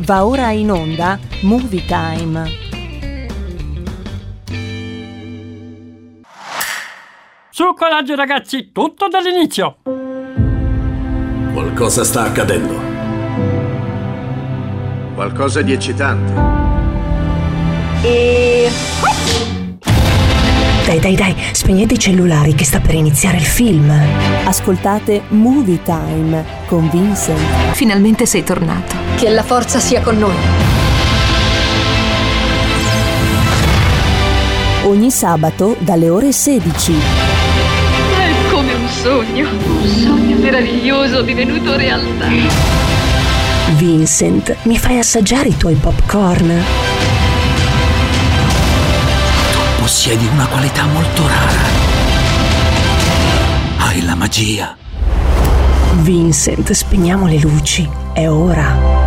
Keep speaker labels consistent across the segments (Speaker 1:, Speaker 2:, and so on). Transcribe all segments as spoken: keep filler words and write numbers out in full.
Speaker 1: Va ora in onda Movie Time.
Speaker 2: Su coraggio ragazzi, tutto dall'inizio.
Speaker 3: Qualcosa sta accadendo. Qualcosa di eccitante.
Speaker 4: E... Dai, dai, dai, spegnete i cellulari che sta per iniziare il film.
Speaker 1: Ascoltate Movie Time con Vincent.
Speaker 4: Finalmente sei tornato.
Speaker 5: Che la forza sia con noi.
Speaker 1: Ogni sabato dalle ore sedici.
Speaker 5: È come un sogno, un sogno meraviglioso divenuto realtà.
Speaker 4: Vincent, mi fai assaggiare i tuoi popcorn?
Speaker 6: Possiedi una qualità molto rara. Hai la magia.
Speaker 4: Vincent, spegniamo le luci. È ora.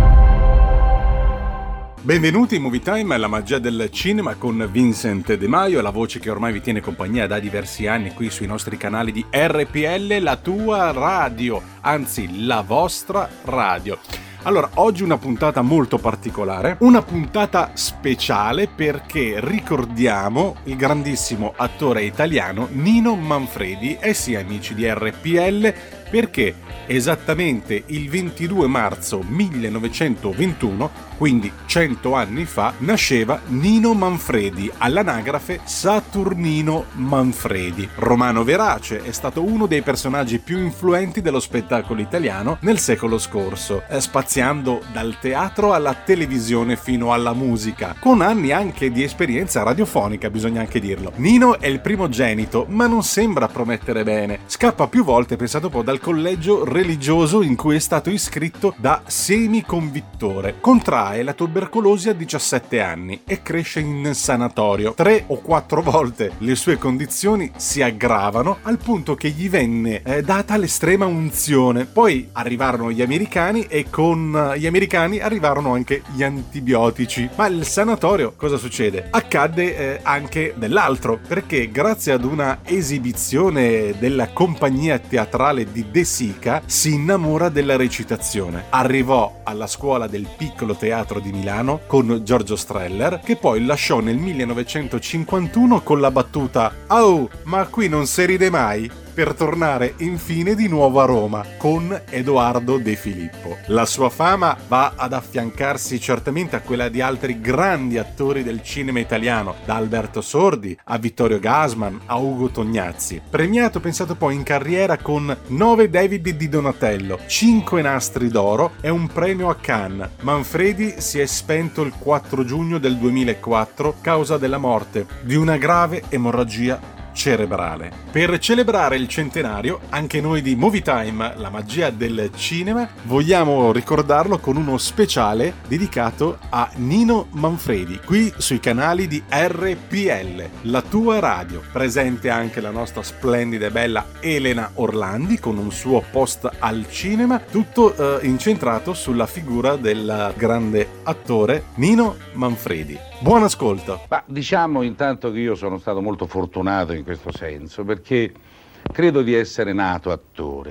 Speaker 7: Benvenuti in Movie Time, la magia del cinema con Vincent De Maio, la voce che ormai vi tiene compagnia da diversi anni qui sui nostri canali di R P L, la tua radio, anzi la vostra radio. Allora, oggi una puntata molto particolare, una puntata speciale perché ricordiamo il grandissimo attore italiano Nino Manfredi. Eh sì, amici di R P L, perché esattamente il ventidue marzo millenovecentoventuno, quindi cento anni fa, nasceva Nino Manfredi, all'anagrafe Saturnino Manfredi. Romano verace, è stato uno dei personaggi più influenti dello spettacolo italiano nel secolo scorso, eh, spaziando dal teatro alla televisione fino alla musica, con anni anche di esperienza radiofonica, bisogna anche dirlo. Nino è il primogenito, ma non sembra promettere bene. Scappa più volte, pensate un po', dal collegio religioso in cui è stato iscritto da semiconvittore. Contrae la tubercolosi a diciassette anni e cresce in sanatorio. Tre o quattro volte le sue condizioni si aggravano al punto che gli venne eh, data l'estrema unzione. Poi arrivarono gli americani e con gli americani arrivarono anche gli antibiotici. Ma il sanatorio cosa succede? Accadde eh, anche dell'altro, perché grazie ad una esibizione della compagnia teatrale di De Sica si innamora della recitazione. Arrivò alla scuola del Piccolo Teatro di Milano con Giorgio Streller, che poi lasciò nel millenovecentocinquantuno con la battuta «Oh, ma qui non si ride mai?» per tornare infine di nuovo a Roma con Edoardo De Filippo. La sua fama va ad affiancarsi certamente a quella di altri grandi attori del cinema italiano, da Alberto Sordi a Vittorio Gassman a Ugo Tognazzi. Premiato, pensato poi in carriera con nove David di Donatello, cinque Nastri d'Oro e un premio a Cannes. Manfredi si è spento il quattro giugno del duemilaquattro causa della morte di una grave emorragia cerebrale. Per celebrare il centenario, anche noi di Movie Time, la magia del cinema, vogliamo ricordarlo con uno speciale dedicato a Nino Manfredi, qui sui canali di R P L, la tua radio. Presente anche la nostra splendida e bella Elena Orlandi con un suo post al cinema, tutto eh, incentrato sulla figura del grande attore Nino Manfredi. Buon ascolto.
Speaker 8: Ma diciamo intanto che io sono stato molto fortunato in questo senso, perché credo di essere nato attore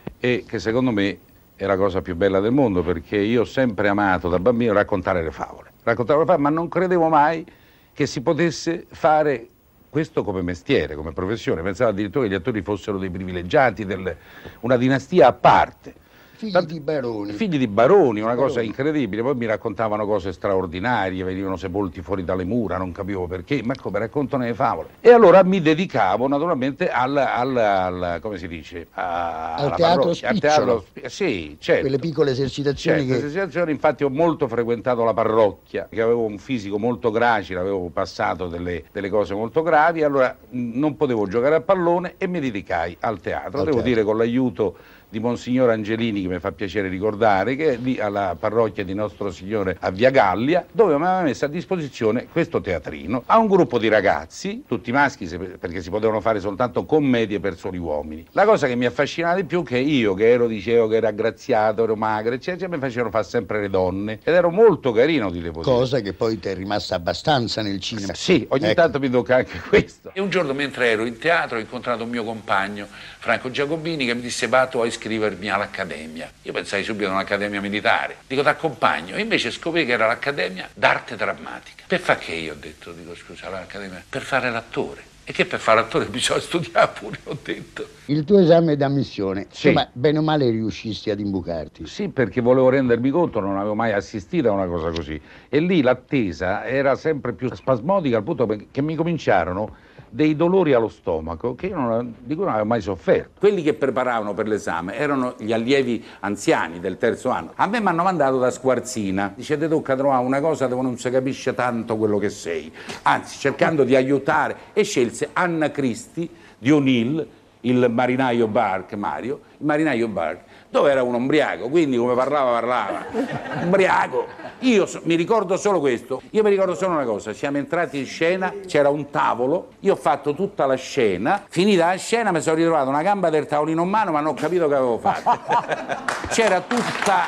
Speaker 8: e che secondo me è la cosa più bella del mondo, perché io ho sempre amato da bambino raccontare le favole, raccontare le favole, ma non credevo mai che si potesse fare questo come mestiere, come professione. Pensavo addirittura che gli attori fossero dei privilegiati, del, una dinastia a parte.
Speaker 9: Figli Tant- di baroni.
Speaker 8: Figli di baroni, una
Speaker 9: baroni.
Speaker 8: cosa incredibile. Poi mi raccontavano cose straordinarie, venivano sepolti fuori dalle mura, non capivo perché, ma come raccontano le favole. E allora mi dedicavo naturalmente al, al, al come si dice? A,
Speaker 9: al teatro
Speaker 8: spicciolo.
Speaker 9: Al teatro,
Speaker 8: sì, certo.
Speaker 9: Quelle piccole esercitazioni
Speaker 8: certo,
Speaker 9: che...
Speaker 8: esercitazioni, infatti ho molto frequentato la parrocchia, che avevo un fisico molto gracile, avevo passato delle, delle cose molto gravi, allora non potevo giocare a pallone e mi dedicai al teatro.
Speaker 9: Al
Speaker 8: Devo
Speaker 9: teatro.
Speaker 8: dire con l'aiuto di Monsignor Angelini, che mi fa piacere ricordare, che è lì alla parrocchia di Nostro Signore a Via Gallia, dove mi aveva messo a disposizione questo teatrino a un gruppo di ragazzi, tutti maschi, perché si potevano fare soltanto commedie per soli uomini. La cosa che mi affascinava di più è che io, che ero, dicevo, che ero aggraziato, ero magro, eccetera, mi facevano fare sempre le donne, ed ero molto carino, ti devo dire.
Speaker 9: Cosa che poi ti è rimasta abbastanza nel cinema.
Speaker 8: Sì, ogni
Speaker 9: ecco.
Speaker 8: tanto mi tocca anche questo.
Speaker 10: E un giorno, mentre ero in teatro, ho incontrato un mio compagno, Franco Giacobini, che mi disse: Pato, hai
Speaker 8: iscrivermi all'accademia. Io pensai subito a un'accademia militare. Dico, t'accompagno. E invece scoprì che era l'accademia d'arte drammatica. Per fare che io ho detto, dico scusa, l'accademia? Per fare l'attore. E che per fare l'attore bisogna studiare pure, ho detto.
Speaker 9: Il tuo esame d'ammissione,
Speaker 8: sì.
Speaker 9: Insomma, bene o male riuscisti ad imbucarti?
Speaker 8: Sì, perché volevo rendermi conto, non avevo mai assistito a una cosa così. E lì l'attesa era sempre più spasmodica, al punto che mi cominciarono dei dolori allo stomaco che io non, di cui non avevo mai sofferto. Quelli che preparavano per l'esame erano gli allievi anziani del terzo anno. A me mi hanno mandato da Squarzina. Dice, te tocca trovare una cosa dove non si capisce tanto quello che sei. Anzi, cercando di aiutare. E scelse Anna Christie di O'Neill, il marinaio Bark, Mario, il marinaio Bark, dove era un ombriaco, quindi come parlava, parlava. Ombriaco. Io so, mi ricordo solo questo, io mi ricordo solo una cosa, siamo entrati in scena, c'era un tavolo, io ho fatto tutta la scena, finita la scena mi sono ritrovato una gamba del tavolino in mano ma non ho capito che avevo fatto. C'era tutta,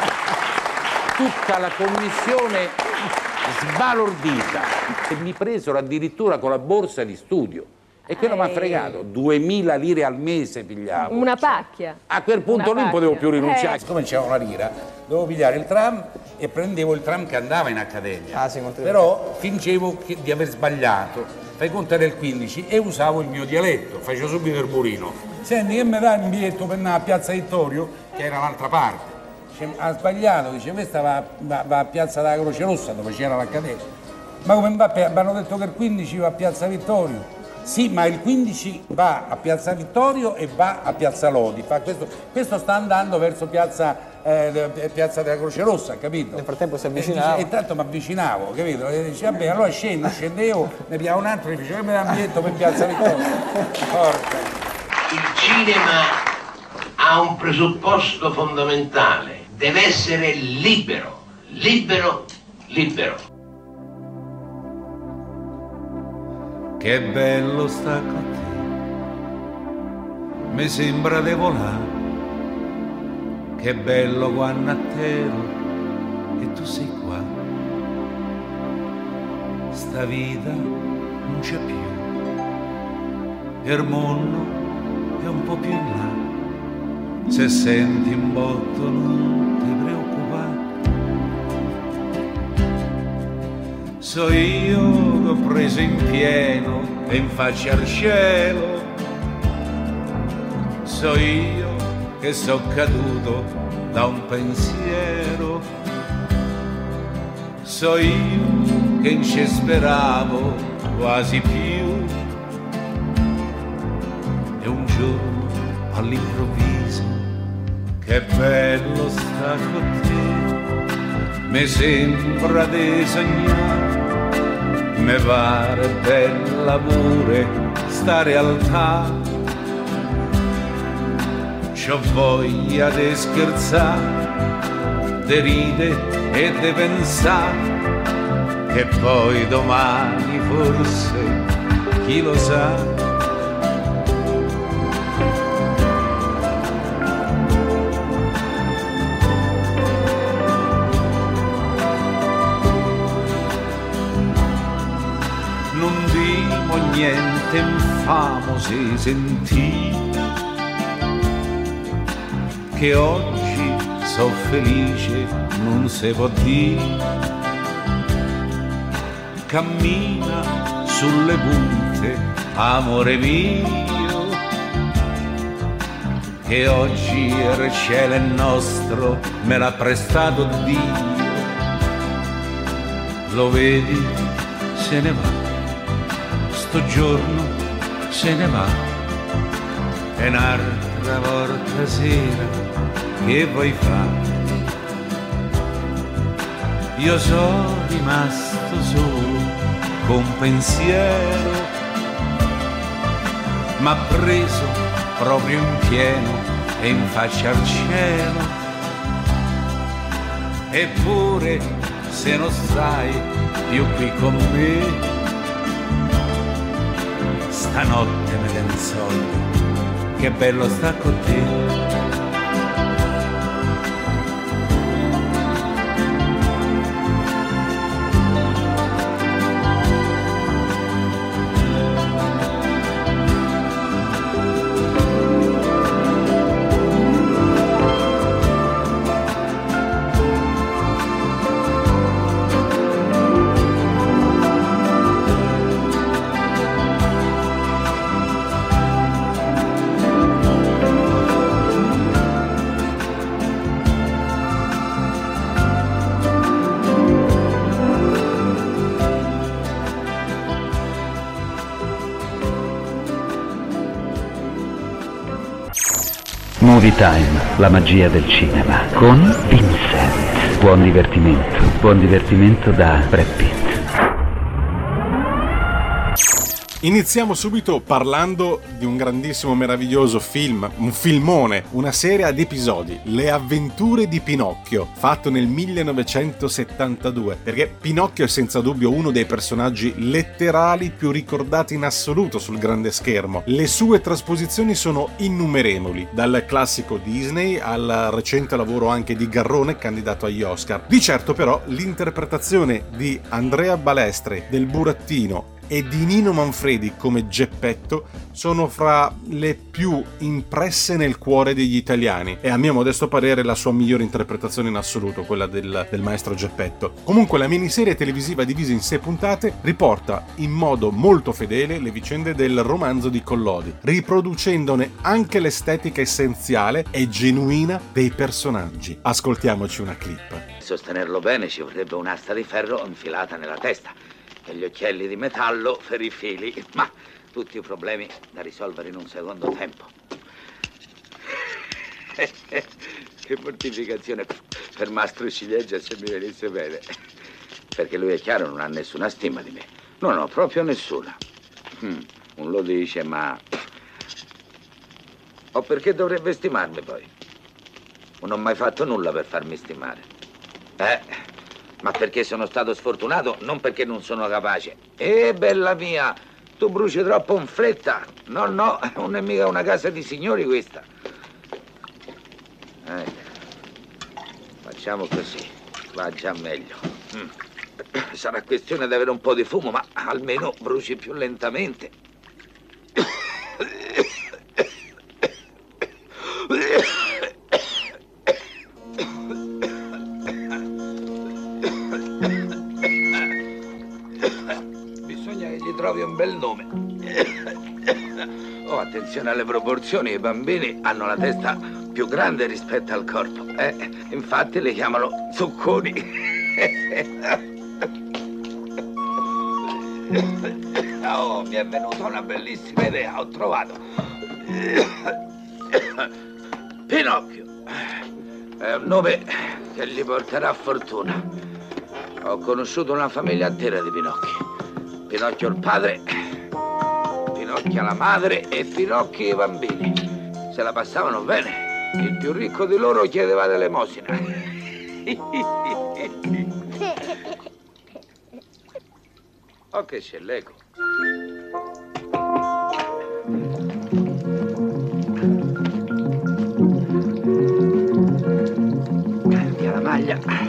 Speaker 8: tutta la commissione sbalordita e mi presero addirittura con la borsa di studio. E quello mi ha fregato, duemila lire al mese pigliavo.
Speaker 10: Una pacchia.
Speaker 8: A quel punto
Speaker 10: Una
Speaker 8: lì non potevo più rinunciare.
Speaker 10: Eh.
Speaker 8: Siccome c'era una lira, dovevo pigliare il tram e prendevo il tram che andava in accademia.
Speaker 11: Ah, sì,
Speaker 8: però fingevo che, di aver sbagliato. Fai conto era il quindici e usavo il mio dialetto, facevo subito il burino. Senti, che mi dai un biglietto per andare a Piazza Vittorio, che era l'altra parte. Dice, ha sbagliato, dice, questa va, va, va a Piazza della Croce Rossa dove c'era l'accademia. Ma come va? Mi hanno detto che il quindici va a Piazza Vittorio. Sì, ma il quindici va a Piazza Vittorio e va a Piazza Lodi. Fa questo, questo sta andando verso Piazza, eh, Piazza della Croce Rossa, capito?
Speaker 11: Nel frattempo si avvicinava.
Speaker 8: E intanto mi avvicinavo, capito? E dice, vabbè, allora scendo, scendevo, ne pigliavo un altro e mi diceva, che mi dà un biglietto per Piazza Vittorio. Porca.
Speaker 12: Il cinema ha un presupposto fondamentale, deve essere libero, libero, libero.
Speaker 6: Che bello sta con te, mi sembra di volare, che bello quando a terra e tu sei qua. Sta vita non c'è più, il mondo è un po' più in là, se senti un botto non ti preoccupare. So io che ho preso in pieno e in faccia al cielo, so io che so caduto da un pensiero, so io che non ci speravo quasi più, e un giorno all'improvviso, che bello sta con te, mi sembra di sognare. Me pare bella pure sta realtà, c'ho voglia di scherzare, di ridere e di pensare, che poi domani forse, chi lo sa. Niente infamo si sentì, che oggi so felice non si può dire, cammina sulle punte amore mio, che oggi il cielo è nostro, me l'ha prestato Dio, lo vedi se ne va, sto giorno se ne va, e un'altra volta sera che vuoi fare? Io sono rimasto solo con pensiero, m'ha preso proprio in pieno e in faccia al cielo, eppure se non stai più qui con me, stanotte me ne sogno, che bello sta con te.
Speaker 10: Movie Time, la magia del cinema, con Vincent. Buon divertimento, buon divertimento da Brad Pitt.
Speaker 7: Iniziamo subito parlando di un grandissimo, meraviglioso film, un filmone, una serie ad episodi, Le avventure di Pinocchio, fatto nel millenovecentosettantadue, perché Pinocchio è senza dubbio uno dei personaggi letterali più ricordati in assoluto sul grande schermo. Le sue trasposizioni sono innumerevoli, dal classico Disney al recente lavoro anche di Garrone, candidato agli Oscar. Di certo però l'interpretazione di Andrea Balestre del Burattino e di Nino Manfredi come Geppetto sono fra le più impresse nel cuore degli italiani e a mio modesto parere la sua migliore interpretazione in assoluto, quella del, del maestro Geppetto. Comunque la miniserie televisiva divisa in sei puntate riporta in modo molto fedele le vicende del romanzo di Collodi, riproducendone anche l'estetica essenziale e genuina dei personaggi. Ascoltiamoci una clip.
Speaker 11: Per sostenerlo bene ci vorrebbe un'asta di ferro infilata nella testa e gli occhielli di metallo per i fili, ma tutti i problemi da risolvere in un secondo tempo. Che mortificazione per Mastro Ciliegia se mi venisse bene, perché lui è chiaro non ha nessuna stima di me. No, no, proprio nessuna. Mm, non lo dice, ma... O perché dovrebbe stimarmi poi? Non ho mai fatto nulla per farmi stimare. Eh... Ma perché sono stato sfortunato, non perché non sono capace. Eh, bella mia, tu bruci troppo in fretta. No, no, non è mica una casa di signori questa. Ecco, facciamo così, va già meglio. Mm. Sarà questione di avere un po' di fumo, ma almeno bruci più lentamente. Trovi un bel nome. Oh, attenzione alle proporzioni, i bambini hanno la testa più grande rispetto al corpo, eh? Infatti li chiamano zucconi. Oh, mi è venuta una bellissima idea, ho trovato. Pinocchio. È un nome che gli porterà fortuna. Ho conosciuto una famiglia intera di Pinocchi. Pinocchio il padre, Pinocchia la madre e Pinocchio i bambini. Se la passavano bene. Il più ricco di loro chiedeva l'elemosina. Oh, che c'è l'eco. Cambia la maglia.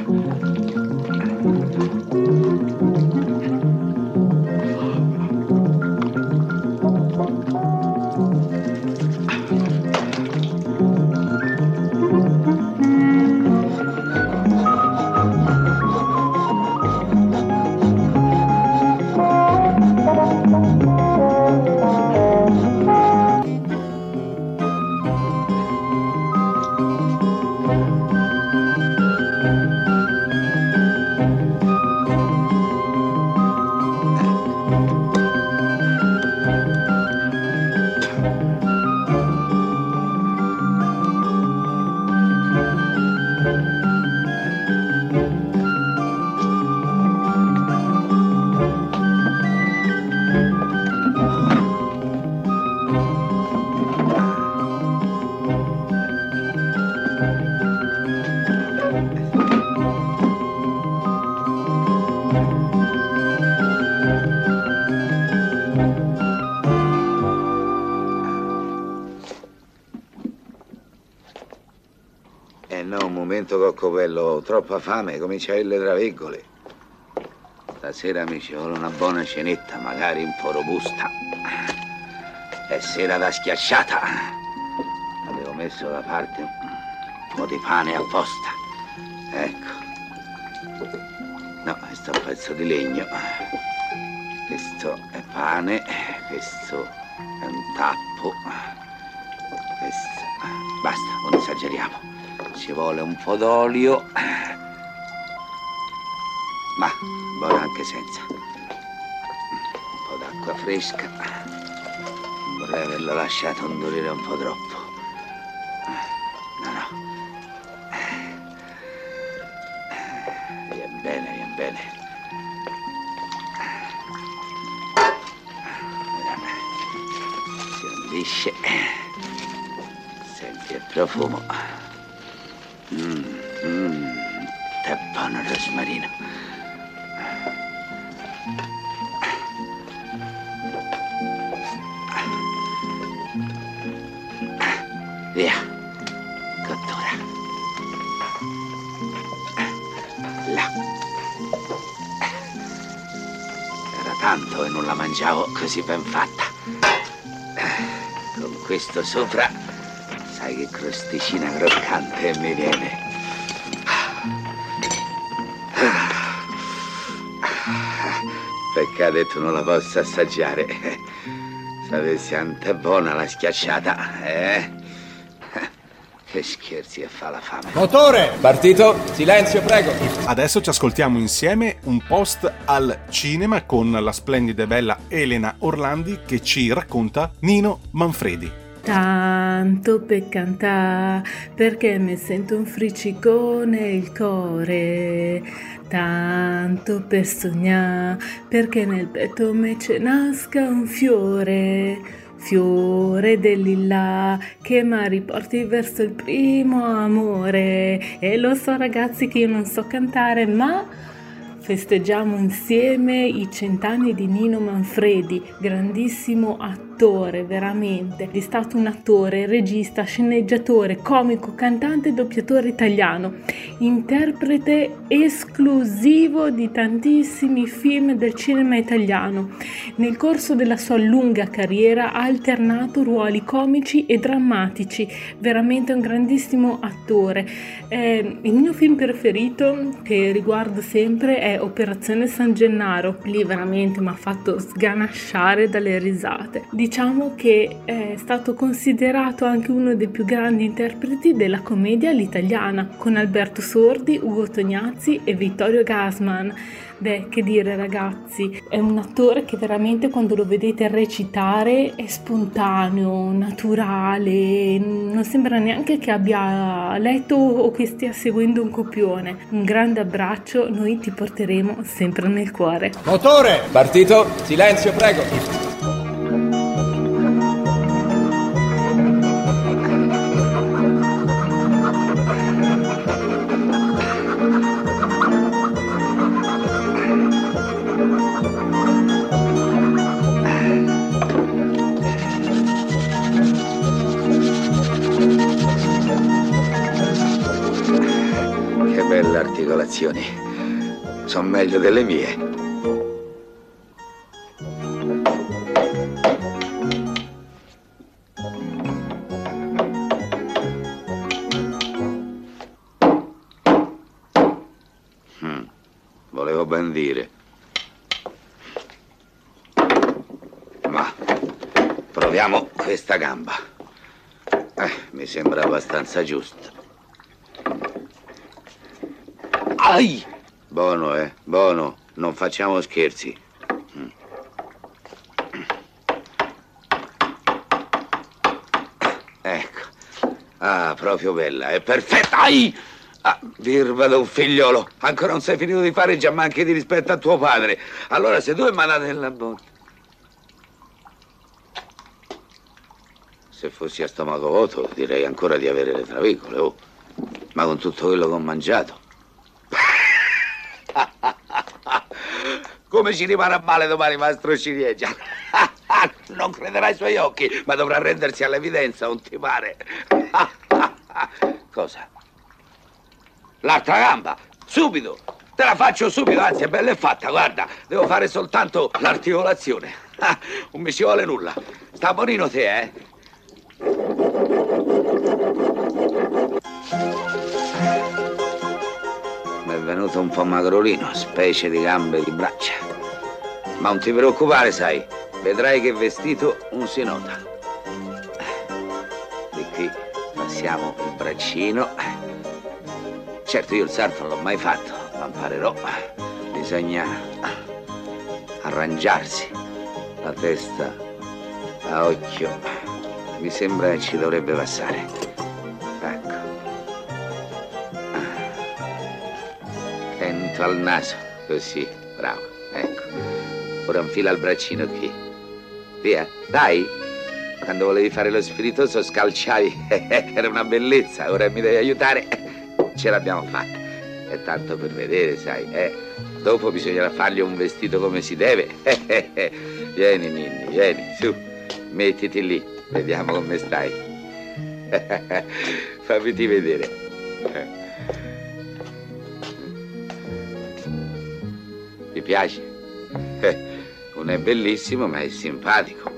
Speaker 11: Coccobello, ho troppa fame, comincia a le traveggole. Stasera mi ci vuole una buona cenetta, magari un po' robusta. È sera da schiacciata. Avevo messo da parte un po' di pane apposta. Ecco. No, questo è un pezzo di legno. Questo è pane, questo è un tappo. Questo... Basta, non esageriamo. Ci vuole un po' d'olio, ma buono anche senza. Un po' d'acqua fresca. Vorrei averlo lasciato indurire un po' troppo. bene. Si ambisce. Senti il profumo. Mmm, mmm, è buono il rosmarino. Via, cottura. Là. Era tanto e non la mangiavo così ben fatta. Con questo sopra, sai che crosticina croccante mi viene. Peccato che tu non la possa assaggiare. Sapessi quanto è buona la schiacciata, eh? Che scherzi e fa la fame.
Speaker 13: Motore! Partito! Silenzio, prego!
Speaker 7: Adesso ci ascoltiamo insieme un post al cinema con la splendida e bella Elena Orlandi che ci racconta Nino Manfredi.
Speaker 14: Tanto per cantare, perché mi sento un friccicone il core. Tanto per sognare, perché nel petto me ce nasca un fiore. Fiore del lilla che mi riporti verso il primo amore. E lo so ragazzi che io non so cantare, ma festeggiamo insieme i cent'anni di Nino Manfredi, grandissimo attore, veramente. È stato un attore, regista, sceneggiatore, comico, cantante e doppiatore italiano, interprete esclusivo di tantissimi film del cinema italiano. Nel corso della sua lunga carriera ha alternato ruoli comici e drammatici, veramente un grandissimo attore. Eh, il mio film preferito, che riguardo sempre, è Operazione San Gennaro. Lì veramente mi ha fatto sganasciare dalle risate. Diciamo che è stato considerato anche uno dei più grandi interpreti della commedia all'italiana, con Alberto Sordi, Ugo Tognazzi e Vittorio Gassman. Beh, che dire ragazzi, è un attore che veramente quando lo vedete recitare è spontaneo, naturale, non sembra neanche che abbia letto o che stia seguendo un copione. Un grande abbraccio, noi ti porteremo sempre nel cuore.
Speaker 13: Motore! Partito! Silenzio, prego!
Speaker 11: Belle articolazioni, sono meglio delle mie. Hmm, volevo ben dire. Ma proviamo questa gamba. Eh, mi sembra abbastanza giusto. Ai! Buono, eh, buono, non facciamo scherzi. Mm. Ecco, ah, proprio bella, è perfetta. Ai! Ah, virba da un figliolo, ancora non sei finito di fare già manchi di rispetto a tuo padre. Allora se tu hai mandato nella bocca. Se fossi a stomaco vuoto direi ancora di avere le travicole, oh. Ma con tutto quello che ho mangiato. Come ci rimarrà male domani, mastro Ciliegia? Non crederà ai suoi occhi, ma dovrà rendersi all'evidenza, non ti pare? Cosa? L'altra gamba? Subito! Te la faccio subito, anzi è bella e fatta, guarda. Devo fare soltanto l'articolazione. Non mi ci vuole nulla. Sta bonino te, eh? Mi è venuto un po' magrolino, specie di gambe e di braccia. Ma non ti preoccupare, sai, vedrai che vestito non si nota. Di qui passiamo il braccino. Certo, io il sarto non l'ho mai fatto, ma imparerò. Bisogna arrangiarsi. La testa a occhio. Mi sembra che ci dovrebbe passare. Ecco. Tento al naso. Così, bravo, ecco. Ora infila il braccino qui. Via, dai. Quando volevi fare lo spiritoso scalciavi, era una bellezza, ora mi devi aiutare. Ce l'abbiamo fatta. È tanto per vedere, sai, eh. Dopo bisognerà fargli un vestito come si deve. Vieni, Ninni, vieni, su. Mettiti lì, vediamo come stai. Fammi vedere. Ti piace? Non è bellissimo, ma è simpatico.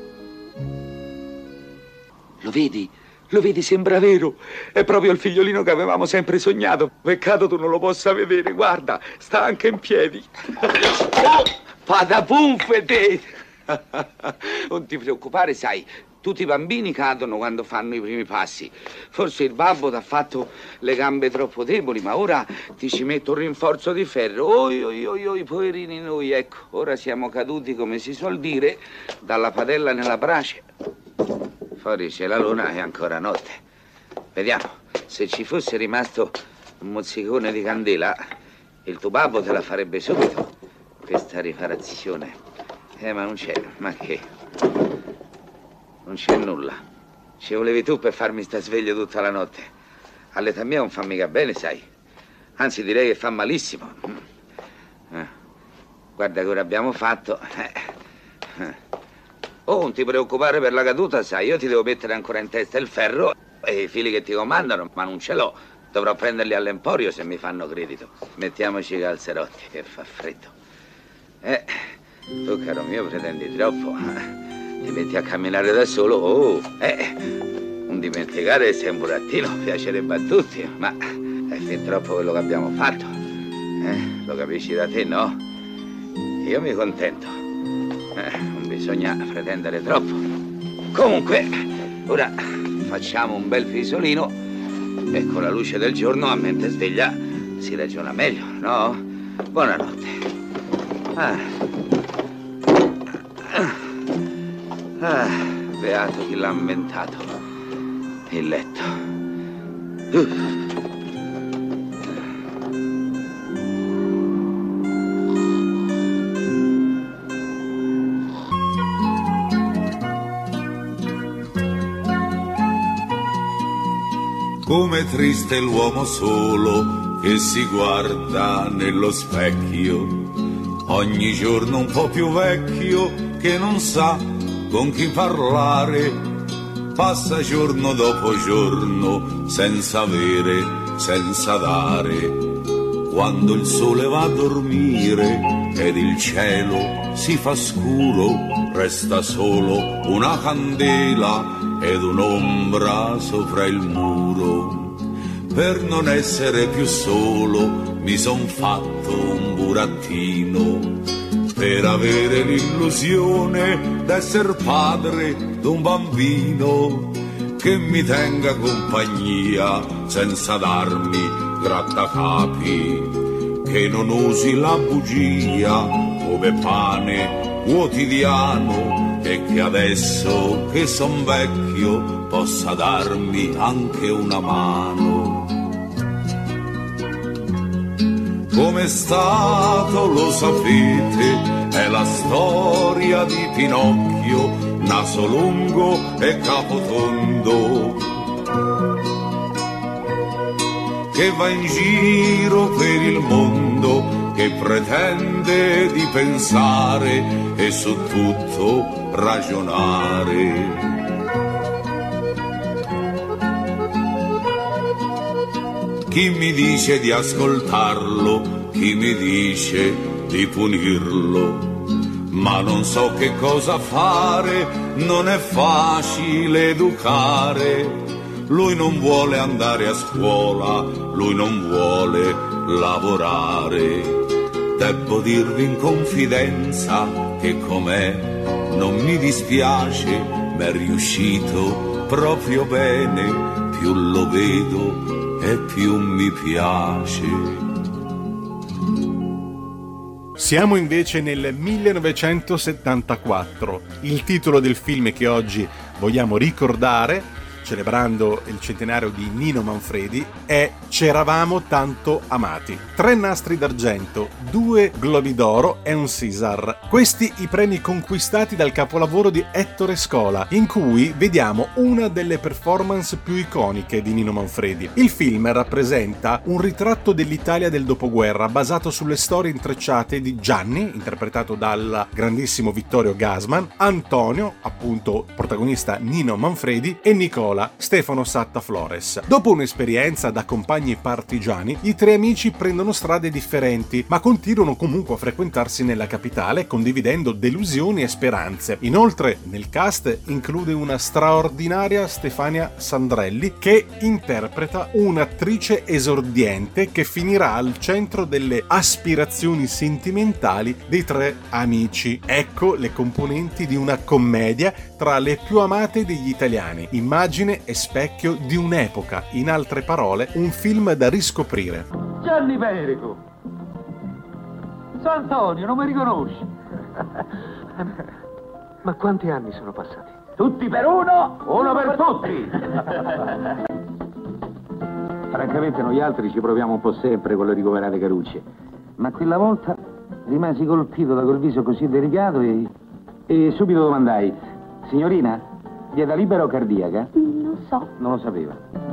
Speaker 11: Lo vedi? Lo vedi, sembra vero. È proprio il figliolino che avevamo sempre sognato. Peccato tu non lo possa vedere. Guarda, sta anche in piedi. Oh, padapunfete! Non ti preoccupare, sai, tutti i bambini cadono quando fanno i primi passi. Forse il babbo ti ha fatto le gambe troppo deboli, ma ora ti ci metto un rinforzo di ferro. Oi, oi, oi, oi, poverini noi, ecco. Ora siamo caduti, come si suol dire, dalla padella nella brace. Fuori c'è la luna e ancora notte. Vediamo, se ci fosse rimasto un mozzicone di candela, il tuo babbo te la farebbe subito, questa riparazione. Eh, ma non c'è, ma che? Non c'è nulla. Ci volevi tu per farmi sta sveglio tutta la notte. All'età mia non fa mica bene, sai. Anzi, direi che fa malissimo. Eh. Guarda che ora abbiamo fatto. Eh. Eh. Oh, non ti preoccupare per la caduta, sai, io ti devo mettere ancora in testa il ferro e i fili che ti comandano, ma non ce l'ho. Dovrò prenderli all'emporio se mi fanno credito. Mettiamoci i calzerotti, che fa freddo. Eh, tu, caro mio, pretendi troppo. Ti metti a camminare da solo, oh, eh, non dimenticare che sei un burattino, piacerebbe a tutti, ma è fin troppo quello che abbiamo fatto. Eh, lo capisci da te, no? Io mi contento. Eh, non bisogna pretendere troppo. Comunque, ora facciamo un bel pisolino e con la luce del giorno a mente sveglia si ragiona meglio, no? Buonanotte. Ah. Ah, beato chi l'ha inventato. Il letto. Uh.
Speaker 6: Come triste l'uomo solo che si guarda nello specchio, ogni giorno un po' più vecchio che non sa con chi parlare, passa giorno dopo giorno senza avere, senza dare. Quando il sole va a dormire ed il cielo si fa scuro, resta solo una candela ed un'ombra sopra il muro. Per non essere più solo mi son fatto un burattino, per avere l'illusione d'esser padre d'un bambino che mi tenga compagnia senza darmi grattacapi, che non usi la bugia come pane quotidiano e che adesso che son vecchio possa darmi anche una mano. Com'è stato lo sapete, è la storia di Pinocchio, naso lungo e capo tondo, che va in giro per il mondo, che pretende di pensare e su tutto ragionare. Chi mi dice di ascoltarlo, chi mi dice di punirlo, ma non so che cosa fare, non è facile educare. Lui non vuole andare a scuola, lui non vuole lavorare. Debbo dirvi in confidenza che com'è non mi dispiace, m'è riuscito proprio bene, più lo vedo e più mi piace.
Speaker 7: Siamo invece nel millenovecentosettantaquattro. Il titolo del film che oggi vogliamo ricordare celebrando il centenario di Nino Manfredi, è C'eravamo tanto amati. Tre nastri d'argento, due globi d'oro e un César. Questi i premi conquistati dal capolavoro di Ettore Scola, in cui vediamo una delle performance più iconiche di Nino Manfredi. Il film rappresenta un ritratto dell'Italia del dopoguerra basato sulle storie intrecciate di Gianni, interpretato dal grandissimo Vittorio Gassman, Antonio, appunto protagonista Nino Manfredi, e Nicola, Stefano Satta Flores. Dopo un'esperienza da compagni partigiani, i tre amici prendono strade differenti, ma continuano comunque a frequentarsi nella capitale, condividendo delusioni e speranze. Inoltre, nel cast include una straordinaria Stefania Sandrelli, che interpreta un'attrice esordiente che finirà al centro delle aspirazioni sentimentali dei tre amici. Ecco le componenti di una commedia tra le più amate degli italiani, immagine e specchio di un'epoca, in altre parole, un film da riscoprire.
Speaker 15: Gianni Perico! Sant'Antonio, non mi riconosci?
Speaker 16: Ma quanti anni sono passati?
Speaker 15: Tutti per uno, uno per tutti! Francamente noi altri ci proviamo un po' sempre con le ricoverate carucce, ma quella volta rimasi colpito da quel viso così delicato e, e subito domandai: signorina, dieta libera o cardiaca?
Speaker 17: Non so.
Speaker 15: Non lo sapeva.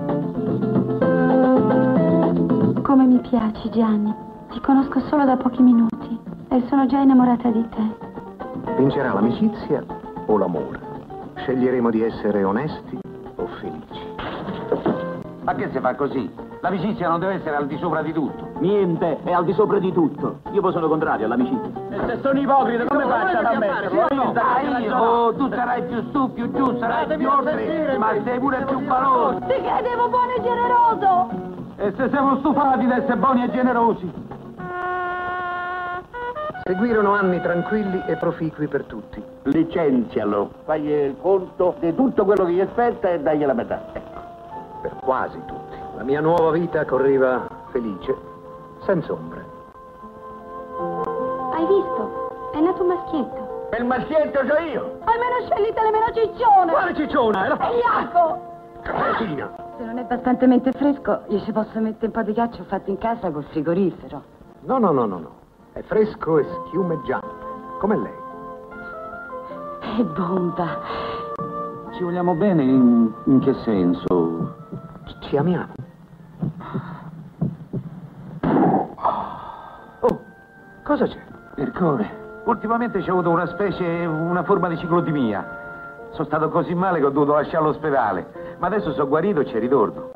Speaker 17: Come mi piaci, Gianni. Ti conosco solo da pochi minuti e sono già innamorata di te.
Speaker 16: Vincerà l'amicizia o l'amore? Sceglieremo di essere onesti o felici.
Speaker 15: Ma che si fa così? L'amicizia non deve essere al di sopra di tutto. Niente è al di sopra di tutto. Io poi sono contrario all'amicizia. E se sono ipocrita, come faccio ad ammetterlo? No, dai, oh, tu sarai più su, più giù, sarai più oltre, ma sei pure più valoroso.
Speaker 17: Ti credevo buono e generoso!
Speaker 15: E se siamo stufati di essere buoni e generosi?
Speaker 16: Seguirono anni tranquilli e proficui per tutti.
Speaker 15: Licenzialo, fagli il conto di tutto quello che gli aspetta e dagli la metà.
Speaker 16: Ecco, per quasi tutti. La mia nuova vita correva felice, senza ombre.
Speaker 17: Hai visto? È nato un maschietto.
Speaker 15: E il maschietto c'ho io!
Speaker 17: Almeno sceglite nemmeno ciccione!
Speaker 15: Quale ciccione?
Speaker 17: È Iaco!
Speaker 16: Cretino!
Speaker 17: Se non è abbastanza fresco, gli ci posso mettere un po' di ghiaccio fatto in casa col frigorifero.
Speaker 16: No, no, no, no, no. È fresco e schiumeggiante, come lei.
Speaker 17: È bomba.
Speaker 15: Ci vogliamo bene in, in che senso?
Speaker 16: Ci amiamo. Oh, cosa c'è?
Speaker 15: Il cuore. Ultimamente c'ho avuto una specie, una forma di ciclotimia. Sono stato così male che ho dovuto lasciare l'ospedale. Ma adesso sono guarito e ci ritorno.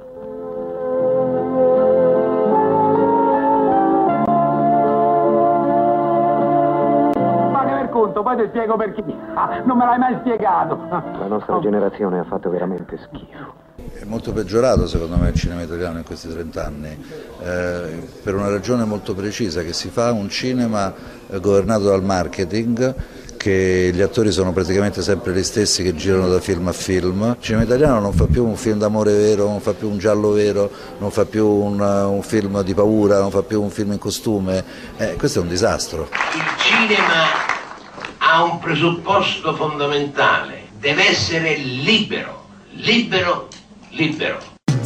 Speaker 15: Conto, poi ti spiego perché. Ah, non me l'hai mai spiegato.
Speaker 16: La nostra oh. generazione ha fatto veramente schifo.
Speaker 18: È molto peggiorato secondo me il cinema italiano in questi trent'anni, eh, per una ragione molto precisa, che si fa un cinema eh, governato dal marketing, che gli attori sono praticamente sempre gli stessi che girano da film a film. Il cinema italiano non fa più un film d'amore vero, non fa più un giallo vero, non fa più un, un film di paura, non fa più un film in costume. Eh, questo è un disastro.
Speaker 12: Il cinema ha un presupposto fondamentale: deve essere libero, libero, libero.